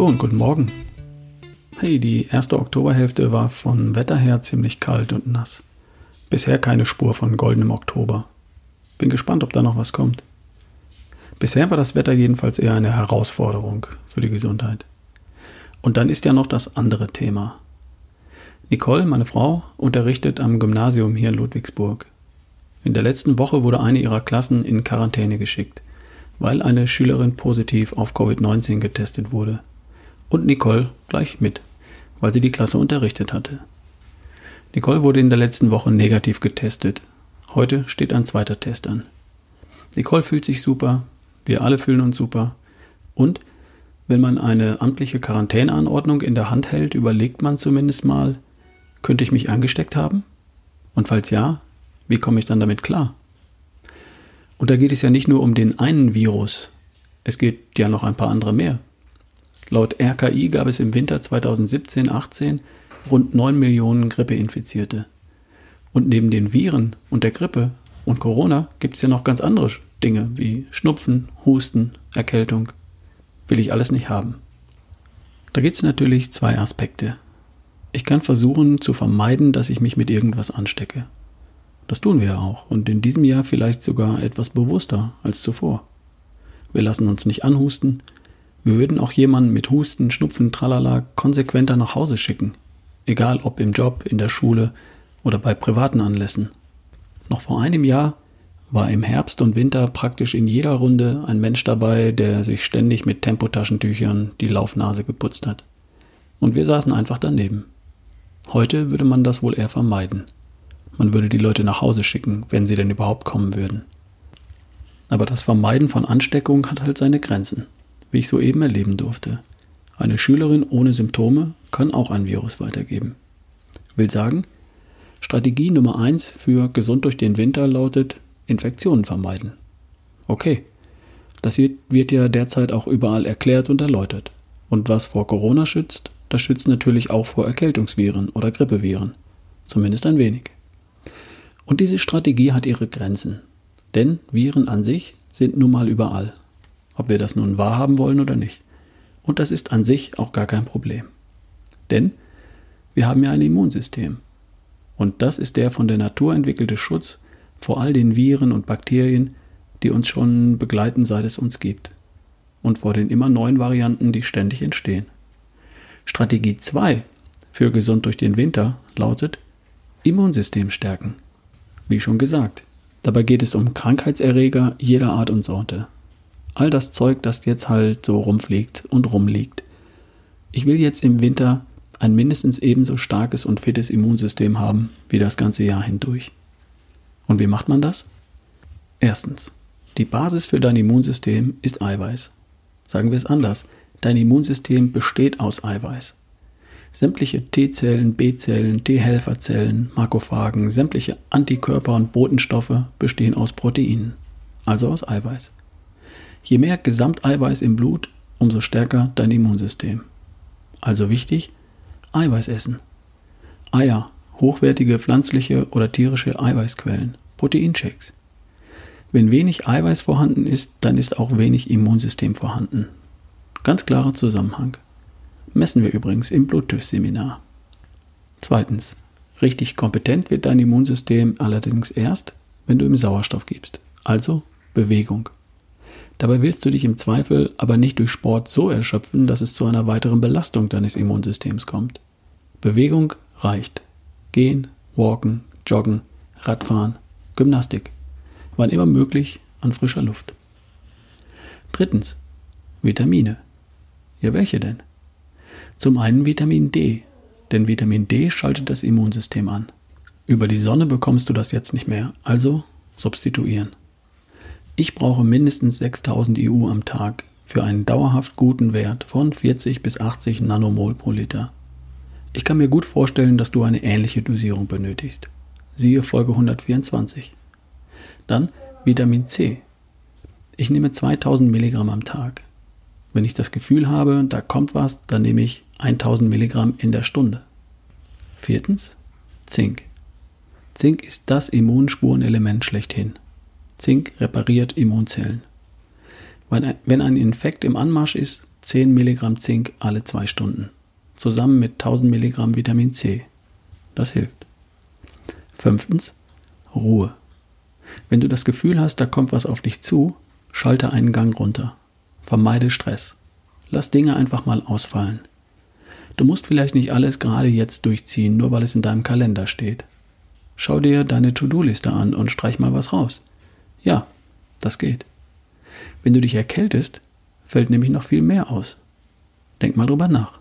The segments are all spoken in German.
Hallo und guten Morgen. Hey, die erste Oktoberhälfte war vom Wetter her ziemlich kalt und nass. Bisher keine Spur von goldenem Oktober. Bin gespannt, ob da noch was kommt. Bisher war das Wetter jedenfalls eher eine Herausforderung für die Gesundheit. Und dann ist ja noch das andere Thema. Nicole, meine Frau, unterrichtet am Gymnasium hier in Ludwigsburg. In der letzten Woche wurde eine ihrer Klassen in Quarantäne geschickt, weil eine Schülerin positiv auf Covid-19 getestet wurde. Und Nicole gleich mit, weil sie die Klasse unterrichtet hatte. Nicole wurde in der letzten Woche negativ getestet. Heute steht ein zweiter Test an. Nicole fühlt sich super, wir alle fühlen uns super. Und wenn man eine amtliche Quarantäneanordnung in der Hand hält, überlegt man zumindest mal, könnte ich mich angesteckt haben? Und falls ja, wie komme ich dann damit klar? Und da geht es ja nicht nur um den einen Virus, es geht ja noch ein paar andere mehr. Laut RKI gab es im Winter 2017-18 rund 9 Millionen Grippeinfizierte. Und neben den Viren und der Grippe und Corona gibt es ja noch ganz andere Dinge wie Schnupfen, Husten, Erkältung. Will ich alles nicht haben. Da gibt es natürlich zwei Aspekte. Ich kann versuchen zu vermeiden, dass ich mich mit irgendwas anstecke. Das tun wir ja auch und in diesem Jahr vielleicht sogar etwas bewusster als zuvor. Wir lassen uns nicht anhusten. Wir würden auch jemanden mit Husten, Schnupfen, Tralala konsequenter nach Hause schicken. Egal ob im Job, in der Schule oder bei privaten Anlässen. Noch vor einem Jahr war im Herbst und Winter praktisch in jeder Runde ein Mensch dabei, der sich ständig mit Tempotaschentüchern die Laufnase geputzt hat. Und wir saßen einfach daneben. Heute würde man das wohl eher vermeiden. Man würde die Leute nach Hause schicken, wenn sie denn überhaupt kommen würden. Aber das Vermeiden von Ansteckung hat halt seine Grenzen, wie ich soeben erleben durfte. Eine Schülerin ohne Symptome kann auch ein Virus weitergeben. Will sagen, Strategie Nummer 1 für gesund durch den Winter lautet Infektionen vermeiden. Okay, das wird ja derzeit auch überall erklärt und erläutert. Und was vor Corona schützt, das schützt natürlich auch vor Erkältungsviren oder Grippeviren. Zumindest ein wenig. Und diese Strategie hat ihre Grenzen. Denn Viren an sich sind nun mal überall. Ob wir das nun wahrhaben wollen oder nicht. Und das ist an sich auch gar kein Problem. Denn wir haben ja ein Immunsystem. Und das ist der von der Natur entwickelte Schutz vor all den Viren und Bakterien, die uns schon begleiten, seit es uns gibt. Und vor den immer neuen Varianten, die ständig entstehen. Strategie 2 für gesund durch den Winter lautet Immunsystem stärken. Wie schon gesagt, dabei geht es um Krankheitserreger jeder Art und Sorte. All das Zeug, das jetzt halt so rumfliegt und rumliegt. Ich will jetzt im Winter ein mindestens ebenso starkes und fittes Immunsystem haben wie das ganze Jahr hindurch. Und wie macht man das? Erstens, die Basis für dein Immunsystem ist Eiweiß. Sagen wir es anders, dein Immunsystem besteht aus Eiweiß. Sämtliche T-Zellen, B-Zellen, T-Helferzellen, Makrophagen, sämtliche Antikörper und Botenstoffe bestehen aus Proteinen, also aus Eiweiß. Je mehr Gesamteiweiß im Blut, umso stärker dein Immunsystem. Also wichtig, Eiweiß essen. Eier, hochwertige pflanzliche oder tierische Eiweißquellen, Proteinshakes. Wenn wenig Eiweiß vorhanden ist, dann ist auch wenig Immunsystem vorhanden. Ganz klarer Zusammenhang. Messen wir übrigens im Bluttüff-Seminar. Zweitens, richtig kompetent wird dein Immunsystem allerdings erst, wenn du ihm Sauerstoff gibst, also Bewegung. Dabei willst du dich im Zweifel aber nicht durch Sport so erschöpfen, dass es zu einer weiteren Belastung deines Immunsystems kommt. Bewegung reicht. Gehen, walken, joggen, Radfahren, Gymnastik. Wann immer möglich an frischer Luft. Drittens, Vitamine. Ja, welche denn? Zum einen Vitamin D, denn Vitamin D schaltet das Immunsystem an. Über die Sonne bekommst du das jetzt nicht mehr, also substituieren. Ich brauche mindestens 6000 IU am Tag für einen dauerhaft guten Wert von 40 bis 80 Nanomol pro Liter. Ich kann mir gut vorstellen, dass du eine ähnliche Dosierung benötigst. Siehe Folge 124. Dann Vitamin C. Ich nehme 2000 Milligramm am Tag. Wenn ich das Gefühl habe, da kommt was, dann nehme ich 1000 Milligramm in der Stunde. Viertens, Zink. Zink ist das Immunspurenelement schlechthin. Zink repariert Immunzellen. Wenn ein Infekt im Anmarsch ist, 10 Milligramm Zink alle 2 Stunden. Zusammen mit 1000 Milligramm Vitamin C. Das hilft. 5. Ruhe. Wenn du das Gefühl hast, da kommt was auf dich zu, schalte einen Gang runter. Vermeide Stress. Lass Dinge einfach mal ausfallen. Du musst vielleicht nicht alles gerade jetzt durchziehen, nur weil es in deinem Kalender steht. Schau dir deine To-Do-Liste an und streich mal was raus. Ja, das geht. Wenn du dich erkältest, fällt nämlich noch viel mehr aus. Denk mal drüber nach.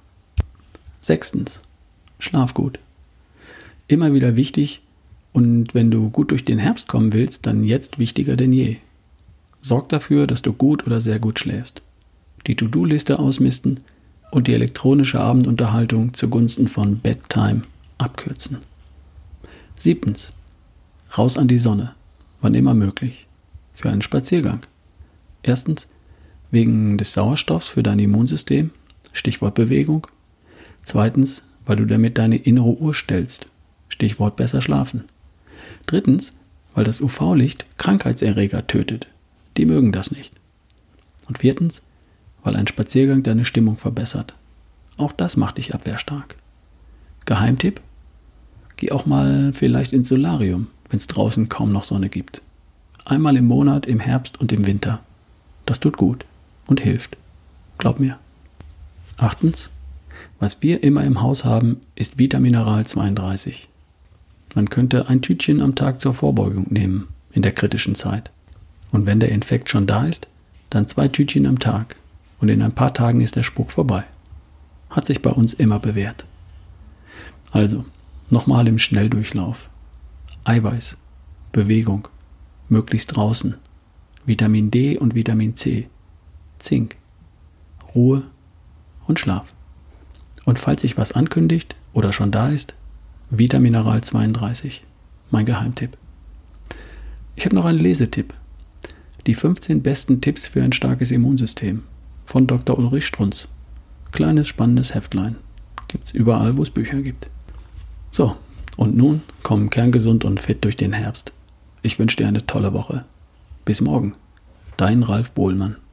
6. Schlaf gut. Immer wieder wichtig und wenn du gut durch den Herbst kommen willst, dann jetzt wichtiger denn je. Sorg dafür, dass du gut oder sehr gut schläfst. Die To-Do-Liste ausmisten und die elektronische Abendunterhaltung zugunsten von Bedtime abkürzen. 7. Raus an die Sonne, wann immer möglich, für einen Spaziergang. 1. Wegen des Sauerstoffs für dein Immunsystem, Stichwort Bewegung. 2. Weil du damit deine innere Uhr stellst, Stichwort besser schlafen. 3. Weil das UV-Licht Krankheitserreger tötet, die mögen das nicht. Und 4. Weil ein Spaziergang deine Stimmung verbessert. Auch das macht dich abwehrstark. Geheimtipp? Geh auch mal vielleicht ins Solarium, wenn es draußen kaum noch Sonne gibt. Einmal im Monat, im Herbst und im Winter. Das tut gut und hilft. Glaub mir. 8. Was wir immer im Haus haben, ist Vitamineral 32. Man könnte ein Tütchen am Tag zur Vorbeugung nehmen, in der kritischen Zeit. Und wenn der Infekt schon da ist, dann 2 Tütchen am Tag. Und in ein paar Tagen ist der Spuk vorbei. Hat sich bei uns immer bewährt. Also, nochmal im Schnelldurchlauf. Eiweiß, Bewegung, möglichst draußen, Vitamin D und Vitamin C, Zink, Ruhe und Schlaf. Und falls sich was ankündigt oder schon da ist, Vitamineral 32, mein Geheimtipp. Ich habe noch einen Lesetipp. Die 15 besten Tipps für ein starkes Immunsystem von Dr. Ulrich Strunz. Kleines, spannendes Heftlein. Gibt's überall, wo es Bücher gibt. So, und nun komm kerngesund und fit durch den Herbst. Ich wünsche dir eine tolle Woche. Bis morgen. Dein Ralf Bohlmann.